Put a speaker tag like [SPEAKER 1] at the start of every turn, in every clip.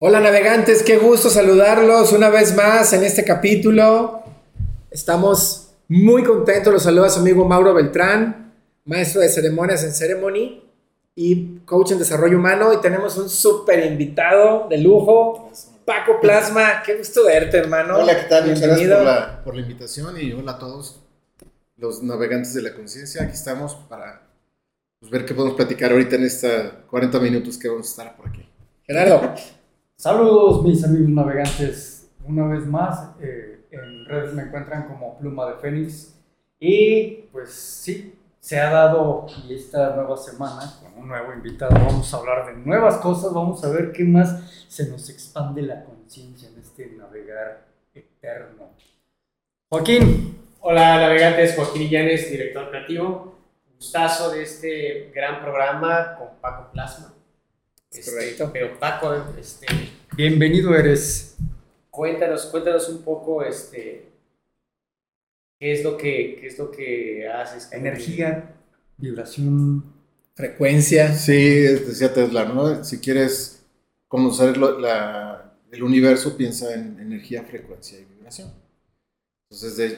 [SPEAKER 1] Hola navegantes, qué gusto saludarlos una vez más en este capítulo. Estamos muy contentos, los saluda su amigo Mauro Beltrán, maestro de ceremonias en Ceremony y coach en desarrollo humano. Y tenemos un súper invitado de lujo, Paco Plasma. Qué gusto verte, hermano.
[SPEAKER 2] Hola, ¿qué tal? Muchas
[SPEAKER 1] Bienvenido.
[SPEAKER 2] gracias por la invitación y hola a todos los navegantes de la conciencia. Aquí estamos para ver qué podemos platicar ahorita en estos 40 minutos que vamos a estar por aquí.
[SPEAKER 1] Gerardo.
[SPEAKER 3] Saludos mis amigos navegantes, una vez más, en redes me encuentran como Pluma de Fénix y pues sí, se ha dado y esta nueva semana con un nuevo invitado vamos a hablar de nuevas cosas, vamos a ver qué más se nos expande la conciencia en este navegar eterno. Joaquín.
[SPEAKER 4] Hola navegantes, Joaquín Illanes, director creativo, gustazo de este gran programa con Paco Plasma.
[SPEAKER 1] Correcto.
[SPEAKER 4] Pero Paco,
[SPEAKER 3] Bienvenido eres.
[SPEAKER 4] cuéntanos un poco, qué es lo que haces.
[SPEAKER 3] Energía, vibración.
[SPEAKER 1] Frecuencia.
[SPEAKER 2] Sí, decía Tesla, ¿no? Si quieres conocer el universo, piensa en energía, frecuencia y vibración. Entonces,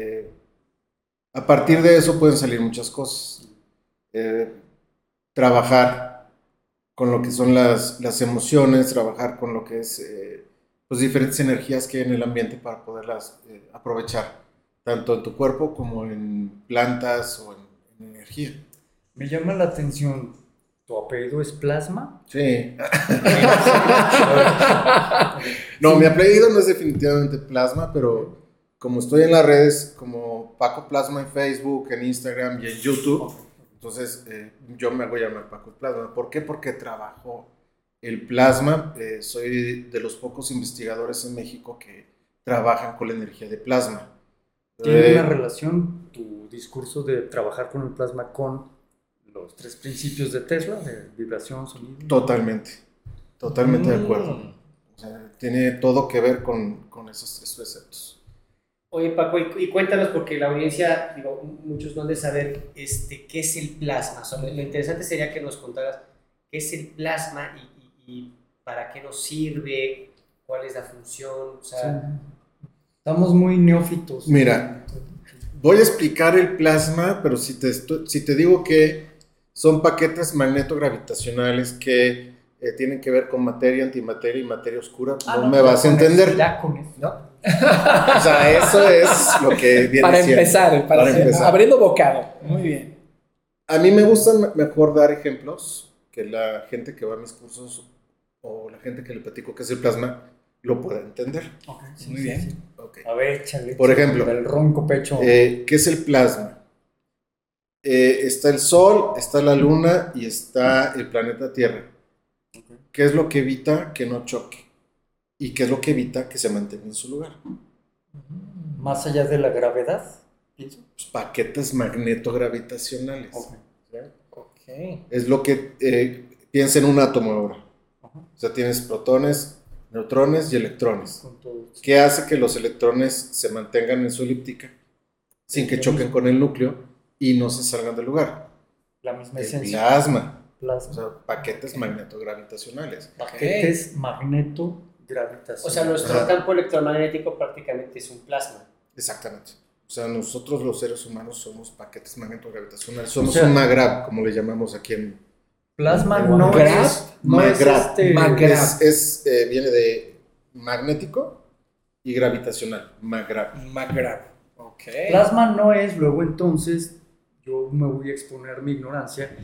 [SPEAKER 2] a partir de eso pueden salir muchas cosas. Trabajar con lo que son las emociones, trabajar con lo que es pues diferentes energías que hay en el ambiente para poderlas aprovechar, tanto en tu cuerpo como en plantas o en energía.
[SPEAKER 3] Me llama la atención, ¿tu apellido es Plasma?
[SPEAKER 2] Sí. No, mi apellido no es definitivamente Plasma, pero como estoy en las redes como Paco Plasma en Facebook, en Instagram y en YouTube, entonces yo me voy a llamar Paco Plasma. ¿Por qué? Porque trabajo el plasma. Soy de los pocos investigadores en México que trabajan con la energía de plasma.
[SPEAKER 3] ¿Tiene una relación tu discurso de trabajar con el plasma con los 3 principios de Tesla, de vibración, sonido?
[SPEAKER 2] Totalmente de acuerdo. O sea, tiene todo que ver con esos 3 preceptos.
[SPEAKER 4] Oye Paco, y cuéntanos, porque la audiencia, muchos no han de saber qué es el plasma. O sea, lo interesante sería que nos contaras qué es el plasma y para qué nos sirve, cuál es la función. O sea,
[SPEAKER 3] Sí. Estamos muy neófitos.
[SPEAKER 2] Mira, voy a explicar el plasma, pero si te digo que son paquetes magnetogravitacionales que tienen que ver con materia, antimateria y materia oscura, no me vas a entender.
[SPEAKER 3] Ya con eso.
[SPEAKER 1] ¿No?
[SPEAKER 2] O sea, eso es lo que viene
[SPEAKER 1] Para
[SPEAKER 2] siendo.
[SPEAKER 1] empezar, abriendo bocado. Muy bien.
[SPEAKER 2] A mí me gusta mejor dar ejemplos que la gente que va a mis cursos o la gente que le platico que es el plasma lo pueda entender.
[SPEAKER 3] Okay, sí,
[SPEAKER 1] Muy
[SPEAKER 3] sí,
[SPEAKER 1] bien.
[SPEAKER 3] sí.
[SPEAKER 2] Okay.
[SPEAKER 3] A ver, échale.
[SPEAKER 2] Por ejemplo,
[SPEAKER 3] el ronco pecho.
[SPEAKER 2] ¿qué es el plasma? Está el Sol, está la Luna y está el planeta Tierra.
[SPEAKER 3] Okay.
[SPEAKER 2] ¿Qué es lo que evita que no choque? ¿Y qué es lo que evita que se mantenga en su lugar?
[SPEAKER 3] Más allá de la gravedad, pienso.
[SPEAKER 2] Pues paquetes magnetogravitacionales.
[SPEAKER 3] Okay.
[SPEAKER 2] ¿Sí?
[SPEAKER 1] Ok.
[SPEAKER 2] Es lo que piensa en un átomo ahora.
[SPEAKER 3] Ajá.
[SPEAKER 2] O sea, tienes protones, neutrones y electrones.
[SPEAKER 3] Con todo.
[SPEAKER 2] ¿Qué hace que los electrones se mantengan en su elíptica sin que choquen con el núcleo y no se salgan del lugar?
[SPEAKER 3] La misma
[SPEAKER 2] El
[SPEAKER 3] esencia.
[SPEAKER 2] plasma.
[SPEAKER 3] Plasma.
[SPEAKER 2] O sea, paquetes magnetogravitacionales.
[SPEAKER 3] Paquetes magnetogravitacionales.
[SPEAKER 4] o sea, nuestro campo electromagnético prácticamente es un plasma.
[SPEAKER 2] Exactamente. O sea, nosotros los seres humanos somos paquetes magnetogravitacionales. Somos
[SPEAKER 3] O sea,
[SPEAKER 2] un magrav, como le llamamos aquí en...
[SPEAKER 3] Plasma
[SPEAKER 2] en
[SPEAKER 3] no
[SPEAKER 1] Magrav.
[SPEAKER 3] es... No es
[SPEAKER 2] Magrav.
[SPEAKER 1] Magrav.
[SPEAKER 2] Viene de magnético y gravitacional. Magrav.
[SPEAKER 1] Magrav. Ok.
[SPEAKER 3] Plasma no es, luego entonces, yo me voy a exponer mi ignorancia,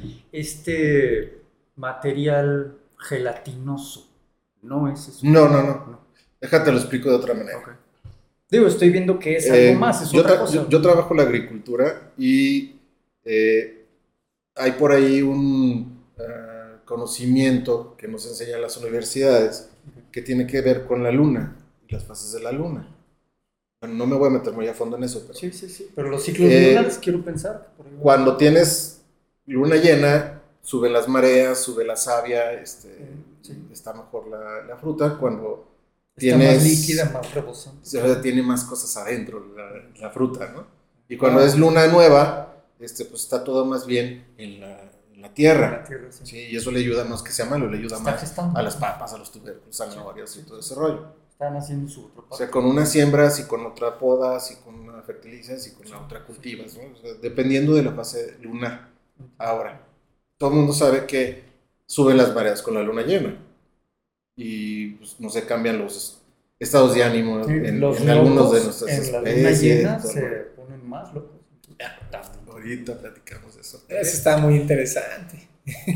[SPEAKER 3] material gelatinoso. No es eso.
[SPEAKER 2] No. Déjate lo explico de otra manera.
[SPEAKER 3] Okay. Digo, estoy viendo que es algo más, es otra cosa.
[SPEAKER 2] Yo trabajo la agricultura y hay por ahí un conocimiento que nos enseñan las universidades que tiene que ver con la luna y las fases de la luna. Bueno, no me voy a meter muy a fondo en eso, pero
[SPEAKER 3] Sí, pero los ciclos lunares quiero pensar. Por ahí.
[SPEAKER 2] Cuando tienes luna llena, suben las mareas, sube la savia,
[SPEAKER 3] Sí.
[SPEAKER 2] está mejor la fruta. Cuando
[SPEAKER 3] Está más líquida, más rebosante.
[SPEAKER 2] o sea, tiene más cosas adentro la fruta, ¿no? Y cuando es luna nueva, pues está todo más bien en la tierra.
[SPEAKER 3] La tierra, sí.
[SPEAKER 2] Sí, y eso le ayuda, no es que sea malo, le ayuda
[SPEAKER 3] Está
[SPEAKER 2] más
[SPEAKER 3] gestando.
[SPEAKER 2] a las papas, a los tubérculos, zanahorias y todo ese rollo.
[SPEAKER 3] Están haciendo su otro
[SPEAKER 2] O
[SPEAKER 3] parte.
[SPEAKER 2] sea, con una siembras y con otra podas y con una fertilizas y con la otra cultivas, ¿no? O sea, dependiendo de la fase lunar. Ahora, todo el mundo sabe que suben las mareas con la luna llena y pues, no se cambian los estados de ánimo
[SPEAKER 3] Sí,
[SPEAKER 2] en
[SPEAKER 3] los
[SPEAKER 2] algunos de
[SPEAKER 3] locos
[SPEAKER 2] nuestras
[SPEAKER 3] en la luna
[SPEAKER 2] especies.
[SPEAKER 3] llena
[SPEAKER 2] todo.
[SPEAKER 3] se ponen más locos.
[SPEAKER 2] Ahorita platicamos de eso.
[SPEAKER 1] Eso está muy interesante.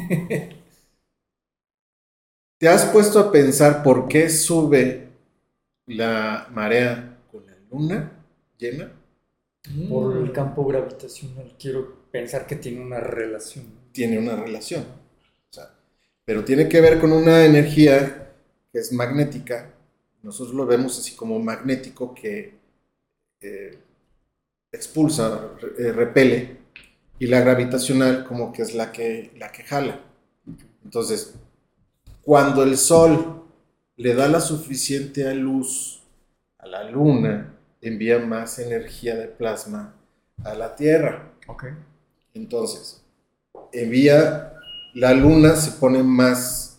[SPEAKER 2] ¿Te has puesto a pensar por qué sube la marea con la luna llena?
[SPEAKER 3] Por el campo gravitacional, quiero pensar que tiene una relación.
[SPEAKER 2] Tiene una relación. O sea, pero tiene que ver con una energía que es magnética. Nosotros lo vemos así como magnético que expulsa, repele, y la gravitacional como que es la que jala. Entonces, cuando el Sol le da la suficiente luz a la Luna, envía más energía de plasma a la Tierra.
[SPEAKER 3] Ok.
[SPEAKER 2] Entonces, la Luna se pone más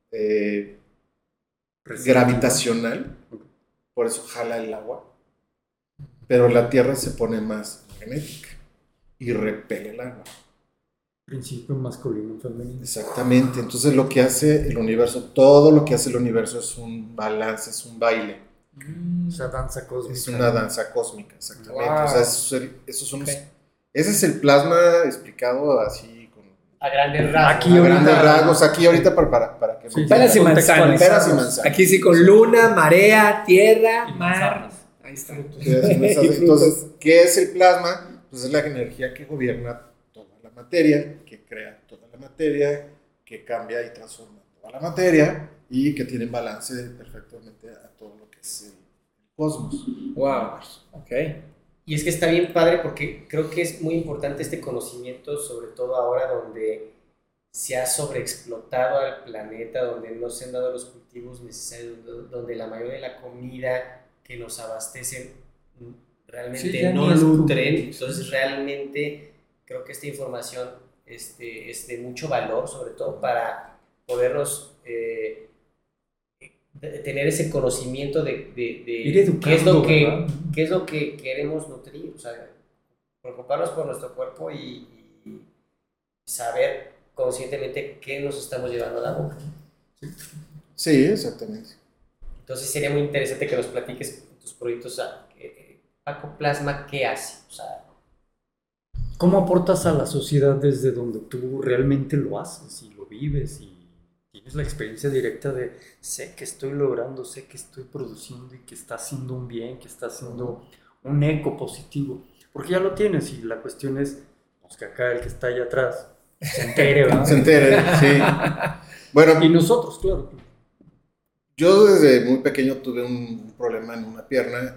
[SPEAKER 2] gravitacional, por eso jala el agua, pero la Tierra se pone más magnética y repele el agua.
[SPEAKER 3] Principio masculino y femenino.
[SPEAKER 2] Exactamente, entonces lo que hace el universo, todo lo que hace el universo es un balance, es un baile.
[SPEAKER 3] O sea, danza cósmica.
[SPEAKER 2] Es una danza cósmica, exactamente.
[SPEAKER 1] Wow.
[SPEAKER 2] O sea, esos son
[SPEAKER 1] Okay.
[SPEAKER 2] ese es el plasma explicado así con
[SPEAKER 4] A grandes rasgos.
[SPEAKER 3] Aquí
[SPEAKER 2] a grandes
[SPEAKER 3] ahorita-
[SPEAKER 2] rasgos. Aquí ahorita para que
[SPEAKER 3] Sí,
[SPEAKER 2] me
[SPEAKER 1] Peras y
[SPEAKER 2] entiendan.
[SPEAKER 1] manzanas.
[SPEAKER 2] Peras y manzanas.
[SPEAKER 1] Aquí sí con luna, marea, tierra,
[SPEAKER 3] Y
[SPEAKER 1] mar.
[SPEAKER 3] manzanas.
[SPEAKER 1] Ahí está.
[SPEAKER 2] Peras y manzanas. Entonces, ¿qué es el plasma? Pues es la energía que gobierna toda la materia, que crea toda la materia, que cambia y transforma toda la materia y que tiene balance perfectamente a todo lo que es el cosmos.
[SPEAKER 1] Wow. Ok.
[SPEAKER 4] Y es que está bien padre porque creo que es muy importante este conocimiento, sobre todo ahora donde se ha sobreexplotado al planeta, donde no se han dado los cultivos necesarios, donde la mayoría de la comida que nos abastecen realmente
[SPEAKER 3] Sí, ya
[SPEAKER 4] no
[SPEAKER 3] ni es
[SPEAKER 4] nutren.
[SPEAKER 3] comida.
[SPEAKER 4] Entonces realmente creo que esta información es de mucho valor, sobre todo para podernos tener ese conocimiento de
[SPEAKER 3] Ir educando, ¿verdad?
[SPEAKER 4] qué es lo que queremos nutrir, o sea, preocuparnos por nuestro cuerpo y saber conscientemente qué nos estamos llevando a la boca.
[SPEAKER 2] Sí, exactamente.
[SPEAKER 4] Entonces sería muy interesante que nos platiques tus proyectos. Paco Plasma, ¿qué hace? O sea,
[SPEAKER 3] ¿Cómo aportas a la sociedad desde donde tú realmente lo haces y lo vives y tienes la experiencia directa de sé que estoy logrando, sé que estoy produciendo y que está haciendo un bien, que está haciendo un eco positivo? Porque ya lo tienes y la cuestión es pues, que acá el que está allá atrás se entere, ¿verdad?
[SPEAKER 2] Se entere, sí. Bueno,
[SPEAKER 3] Y nosotros, claro.
[SPEAKER 2] yo desde muy pequeño tuve un problema en una pierna,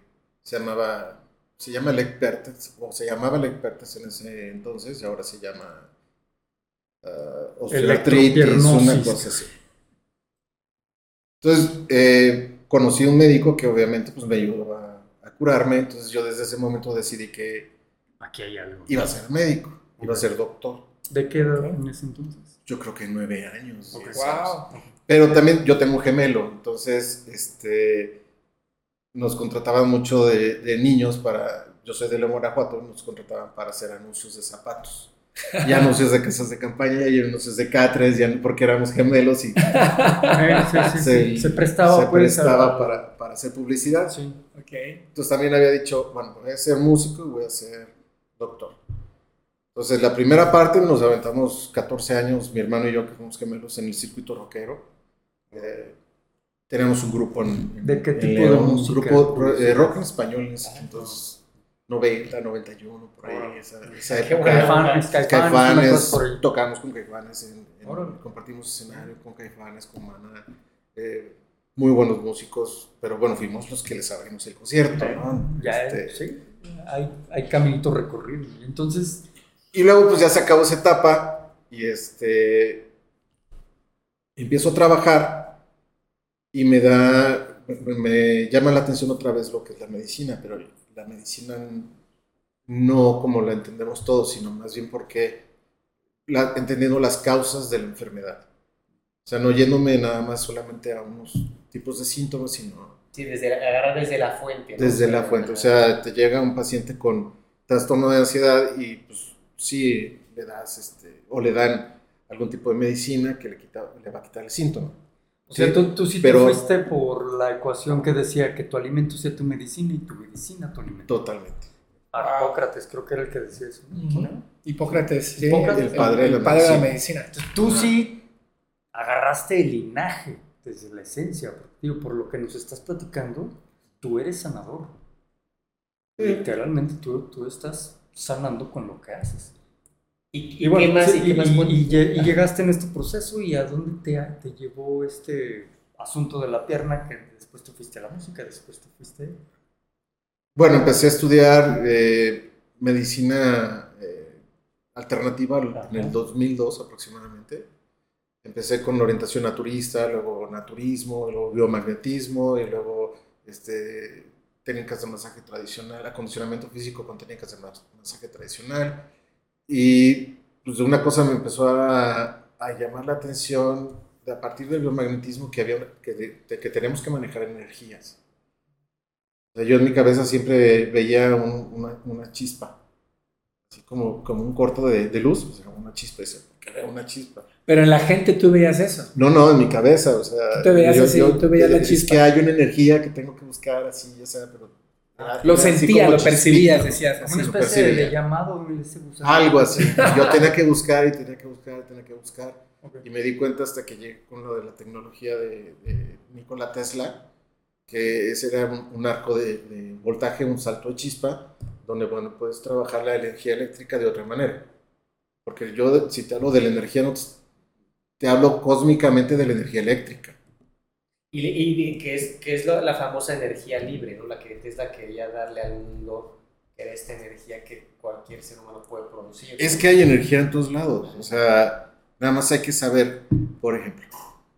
[SPEAKER 2] se llama leg pertex, o se llamaba leg pertex en ese entonces, y ahora se llama osteoartritis,
[SPEAKER 3] Electropiernosis.
[SPEAKER 2] una cosa así. Entonces, conocí un médico que obviamente pues, me ayudó a curarme, entonces yo desde ese momento decidí que
[SPEAKER 3] Aquí hay algo.
[SPEAKER 2] iba a ser médico, iba a ser doctor.
[SPEAKER 3] ¿De qué edad en ese entonces?
[SPEAKER 2] Yo creo que 9 años. 10 años.
[SPEAKER 1] Wow.
[SPEAKER 2] Pero también yo tengo un gemelo, entonces nos contrataban mucho de niños yo soy de León, Guanajuato, nos contrataban para hacer anuncios de zapatos. Y anuncios de casas de campaña y anuncios de catres, ya porque éramos gemelos y
[SPEAKER 3] Se prestaba,
[SPEAKER 2] para hacer publicidad.
[SPEAKER 3] Sí.
[SPEAKER 1] Ok.
[SPEAKER 2] Entonces también había dicho, bueno, voy a ser músico y voy a ser doctor. Entonces la primera parte nos aventamos 14 años, mi hermano y yo, que fuimos gemelos, en el circuito rockero. Tenemos un grupo
[SPEAKER 3] ¿De qué
[SPEAKER 2] en
[SPEAKER 3] tipo
[SPEAKER 2] León,
[SPEAKER 3] de
[SPEAKER 2] un
[SPEAKER 3] música?
[SPEAKER 2] grupo rock en español en ese entonces, 90, 91, por ahí, esa
[SPEAKER 4] Qué
[SPEAKER 2] época.
[SPEAKER 3] Caifanes, una
[SPEAKER 2] Caifanes,
[SPEAKER 3] cosa por ahí.
[SPEAKER 2] tocamos con Caifanes,
[SPEAKER 3] Órale.
[SPEAKER 2] compartimos escenario con Caifanes, con Maná, muy buenos músicos, pero bueno, fuimos los que les abrimos el concierto, ¿no?
[SPEAKER 3] Ya, sí, hay caminito recorrido. Entonces,
[SPEAKER 2] Y luego pues ya se acabó esa etapa y empiezo a trabajar y me llama la atención otra vez lo que es la medicina, pero la medicina no como la entendemos todos, sino más bien porque entendiendo las causas de la enfermedad. O sea, no yéndome nada más solamente a unos tipos de síntomas, sino...
[SPEAKER 4] Sí, agarrar desde la fuente, ¿no?
[SPEAKER 2] Desde la fuente. O sea, te llega un paciente con trastorno de ansiedad y pues sí le das o le dan algún tipo de medicina que le va a quitar el síntoma.
[SPEAKER 3] O sea, tú sí
[SPEAKER 2] Pero,
[SPEAKER 3] te fuiste por la ecuación que decía que tu alimento sea tu medicina y tu medicina tu alimento.
[SPEAKER 2] Totalmente.
[SPEAKER 3] Hipócrates creo que era el que decía eso, ¿no?
[SPEAKER 1] Hipócrates, sí,
[SPEAKER 3] Hipócrates,
[SPEAKER 2] el padre
[SPEAKER 1] de la medicina.
[SPEAKER 3] Entonces tú sí agarraste el linaje desde la esencia, porque, digo, por lo que nos estás platicando, tú eres sanador. Literalmente tú estás sanando con lo que haces.
[SPEAKER 4] ¿Y bueno, qué más?
[SPEAKER 3] Y llegaste en este proceso, ¿y a dónde te llevó este asunto de la pierna? Que después te fuiste a la música, después te fuiste...
[SPEAKER 2] Bueno, empecé a estudiar medicina alternativa en el 2002 aproximadamente. Empecé con orientación naturista, luego naturismo, luego biomagnetismo y luego técnicas de masaje tradicional, acondicionamiento físico con técnicas de masaje tradicional. Y pues de una cosa me empezó a llamar la atención a partir del biomagnetismo que tenemos que manejar energías. O sea, yo en mi cabeza siempre veía una chispa, así como un corto de luz, o sea, una chispa, que era una chispa.
[SPEAKER 1] Pero en la gente tú veías eso.
[SPEAKER 2] No, en mi cabeza, o sea...
[SPEAKER 1] Tú te veías así, tú veías la chispa.
[SPEAKER 2] Es que hay una energía que tengo que buscar así, ya sea, pero...
[SPEAKER 1] Lo sentías, lo percibías, decías.
[SPEAKER 3] Como una especie de llamado.
[SPEAKER 2] Algo así. Yo tenía que buscar y tenía que buscar.
[SPEAKER 3] Okay.
[SPEAKER 2] Y me di cuenta hasta que llegué con lo de la tecnología de Nikola Tesla, que ese era un arco de voltaje, un salto de chispa, donde, bueno, puedes trabajar la energía eléctrica de otra manera. Porque yo, si te hablo de la energía, no te hablo cósmicamente de la energía eléctrica.
[SPEAKER 4] Y que es la famosa energía libre, ¿no? La que Tesla quería darle al mundo, que era esta energía que cualquier ser humano puede producir.
[SPEAKER 2] Es que hay energía en todos lados. O sea, nada más hay que saber, por ejemplo,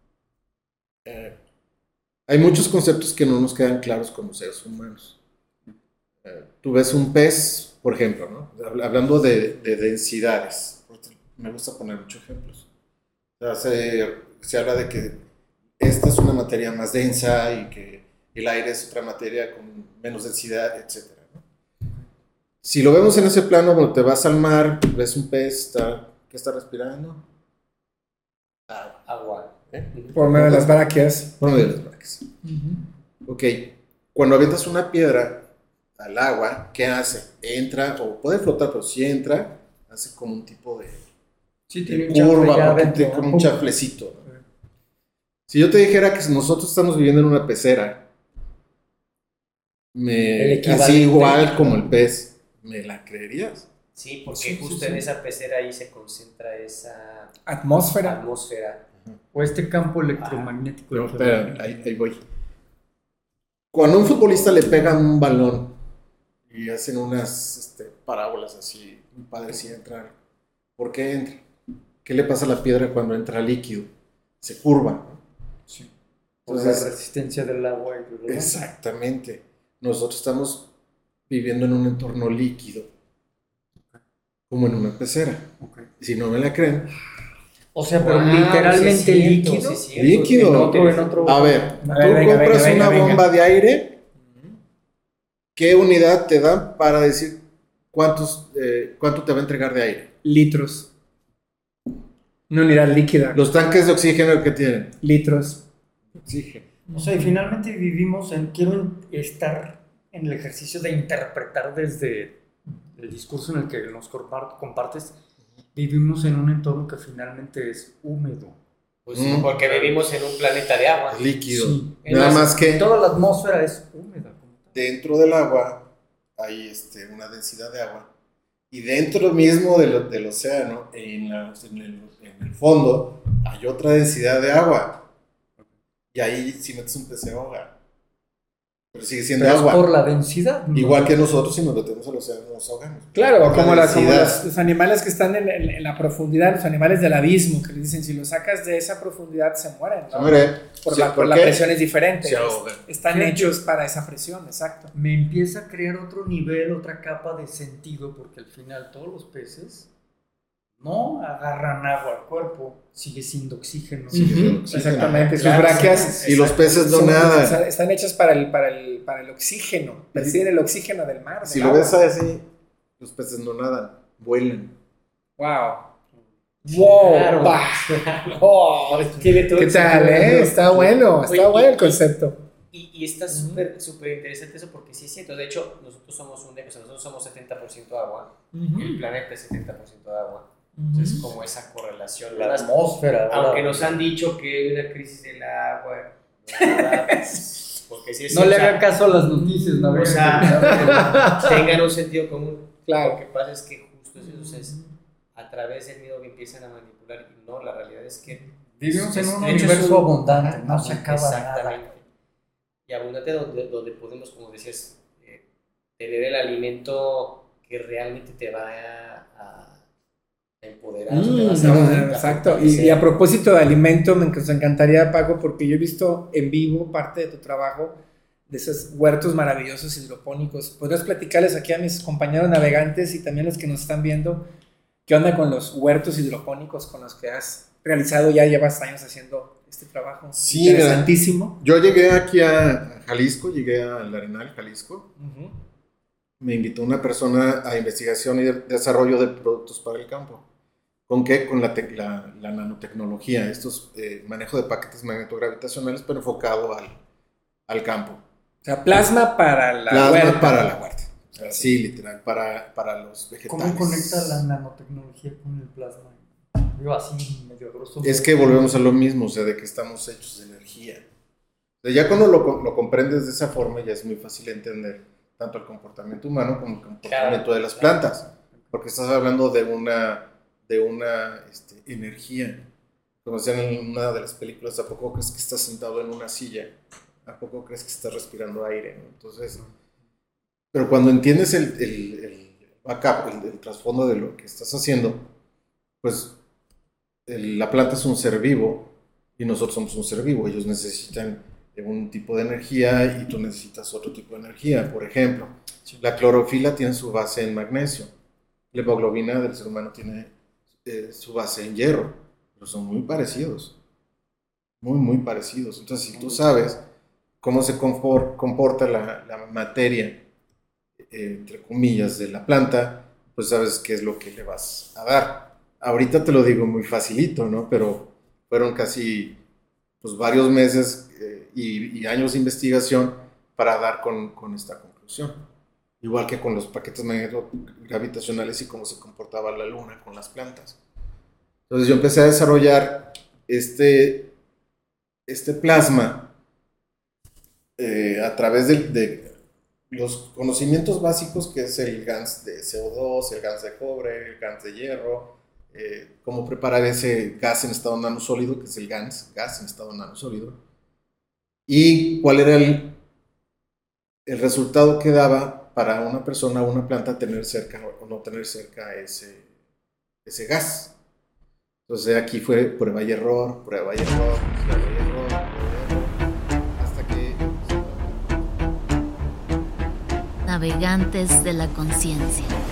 [SPEAKER 2] hay muchos conceptos que no nos quedan claros como seres humanos. Tú ves un pez, por ejemplo, ¿no? Hablando de densidades. Me gusta poner muchos ejemplos. O sea, se habla de que esta es una materia más densa y que el aire es otra materia con menos densidad, etc. ¿no? Si lo vemos en ese plano, cuando te vas al mar, ves un pez, ¿qué está respirando?
[SPEAKER 4] Agua.
[SPEAKER 1] Por medio de las brácteas.
[SPEAKER 2] Por medio de las brácteas. Ok, cuando avientas una piedra al agua, ¿qué hace? Entra, o puede flotar, pero si entra, hace como un tipo de curva, porque como un chaflecito, ¿no? Si yo te dijera que nosotros estamos viviendo en una pecera, así igual como el pez, ¿me la creerías?
[SPEAKER 4] Sí, porque justo en esa pecera ahí se concentra esa
[SPEAKER 1] atmósfera.
[SPEAKER 3] O este campo electromagnético.
[SPEAKER 2] No, espera, ahí voy. Cuando a un futbolista le pegan un balón y hacen unas parábolas así, un padre si entra, ¿por qué entra? ¿Qué le pasa a la piedra cuando entra líquido? Se curva, ¿no?
[SPEAKER 3] Sí. Entonces, la resistencia del agua.
[SPEAKER 2] Exactamente. Nosotros estamos viviendo en un entorno líquido, como en una pecera.
[SPEAKER 3] Okay.
[SPEAKER 2] Si no me la creen.
[SPEAKER 3] O sea, pero literalmente sí líquido.
[SPEAKER 4] Sí,
[SPEAKER 2] líquido.
[SPEAKER 3] En otro.
[SPEAKER 2] A ver, tú compras una bomba de aire. ¿Qué unidad te dan para decir cuánto te va a entregar de aire?
[SPEAKER 1] Litros. Una unidad líquida.
[SPEAKER 2] Los tanques de oxígeno que tienen.
[SPEAKER 1] Litros.
[SPEAKER 2] Oxígeno.
[SPEAKER 3] O sea, y finalmente vivimos quiero estar en el ejercicio de interpretar desde el discurso en el que nos compartes, vivimos en un entorno que finalmente es húmedo.
[SPEAKER 4] Pues porque vivimos en un planeta de agua.
[SPEAKER 2] Líquido.
[SPEAKER 3] Sí.
[SPEAKER 2] Nada más que
[SPEAKER 3] toda la atmósfera es húmeda.
[SPEAKER 2] Dentro del agua hay una densidad de agua. Y dentro mismo del océano, en el fondo, hay otra densidad de agua. Y ahí si metes un pez se ahoga. Pero sigue siendo agua.
[SPEAKER 3] Es por la densidad, ¿no?
[SPEAKER 2] Igual que nosotros, si nos metemos al océano nos ahogamos.
[SPEAKER 1] Claro, como los animales que están en la profundidad, los animales del abismo, que dicen, si los sacas de esa profundidad se mueren, ¿no?
[SPEAKER 2] Se mueren.
[SPEAKER 1] Por la presión es diferente.
[SPEAKER 2] Se ahogan.
[SPEAKER 1] Están hechos para esa presión, exacto.
[SPEAKER 3] Me empieza a crear otro nivel, otra capa de sentido, porque al final todos los peces no agarran agua al cuerpo, sigue siendo oxígeno.
[SPEAKER 1] Exactamente, sus
[SPEAKER 2] Claro,
[SPEAKER 1] braquias
[SPEAKER 2] y los peces no nadan.
[SPEAKER 1] están hechas para el oxígeno, perciben el oxígeno del mar.
[SPEAKER 2] Si lo ves así, los peces no nadan, vuelan.
[SPEAKER 1] Wow. Wow.
[SPEAKER 4] Claro.
[SPEAKER 1] Oh,
[SPEAKER 4] Tiene todo
[SPEAKER 1] ¿qué
[SPEAKER 4] el
[SPEAKER 1] tal,
[SPEAKER 4] sentido.
[SPEAKER 1] Está bueno,
[SPEAKER 4] Oye,
[SPEAKER 1] está bueno el concepto.
[SPEAKER 4] Y está súper interesante eso porque sí es cierto. De hecho, nosotros somos nosotros somos 70% agua. El planeta es 70% agua. Entonces, como esa correlación.
[SPEAKER 3] La atmósfera.
[SPEAKER 4] Aunque nos han dicho que hay una crisis del agua, porque sí es
[SPEAKER 3] no le hagan caso a las noticias, no.
[SPEAKER 4] O sea, tengan un sentido común.
[SPEAKER 1] Claro.
[SPEAKER 4] Lo que pasa es que justo eso es a través del miedo que empiezan a manipular. Y no, la realidad es que
[SPEAKER 3] vivimos en un
[SPEAKER 4] de hecho,
[SPEAKER 3] universo abundante, no se acaba
[SPEAKER 4] exactamente.
[SPEAKER 3] nada.
[SPEAKER 4] Y abundante donde podemos, como decías, tener el alimento que realmente te va a empoderar. te va a hacer
[SPEAKER 1] Exacto. Y a propósito de alimento, nos encantaría, Paco, porque yo he visto en vivo parte de tu trabajo de esos huertos maravillosos hidropónicos. ¿Podrías platicarles aquí a mis compañeros navegantes y también los que nos están viendo qué onda con los huertos hidropónicos con los que has realizado? Ya llevas años haciendo este trabajo.
[SPEAKER 2] Sí,
[SPEAKER 1] interesantísimo.
[SPEAKER 2] Yo llegué aquí a Jalisco, llegué al Arenal, Jalisco. Me invitó una persona a investigación y desarrollo de productos para el campo. ¿Con qué? Con la nanotecnología, estos manejo de paquetes magnetogravitacionales, pero enfocado al campo.
[SPEAKER 1] O sea, plasma para la huerta.
[SPEAKER 2] Para la huerta. Sí, literal, para los vegetales.
[SPEAKER 3] ¿Cómo conecta la nanotecnología con el plasma? Yo así medio grosso.
[SPEAKER 2] Es que volvemos a lo mismo, o sea, de que estamos hechos de energía. O sea, ya cuando lo comprendes de esa forma, ya es muy fácil entender tanto el comportamiento humano como el comportamiento de las plantas. Porque estás hablando de una energía. Como decían en una de las películas, ¿a poco crees que estás sentado en una silla? ¿A poco crees que estás respirando aire? Entonces, pero cuando entiendes el backup, el trasfondo de lo que estás haciendo, pues la planta es un ser vivo y nosotros somos un ser vivo. Ellos necesitan un tipo de energía y tú necesitas otro tipo de energía. Por ejemplo, la clorofila tiene su base en magnesio. La hemoglobina del ser humano tiene su base en hierro, pero son muy parecidos. Muy, muy parecidos. Entonces, si tú sabes cómo se comporta la materia, entre comillas, de la planta, pues sabes qué es lo que le vas a dar. Ahorita te lo digo muy facilito, ¿no? Pero fueron casi pues, varios meses y años de investigación para dar con esta conclusión. Igual que con los paquetes magnetogravitacionales y cómo se comportaba la luna con las plantas. Entonces yo empecé a desarrollar este plasma a través de los conocimientos básicos, que es el GANS de CO2, el GANS de cobre, el GANS de hierro, cómo preparar ese gas en estado nanosólido, que es el GANS, gas en estado nanosólido, y cuál era el resultado que daba para una persona o una planta tener cerca o no tener cerca ese gas. Entonces aquí fue prueba y error, hasta que...
[SPEAKER 5] Navegantes de la conciencia.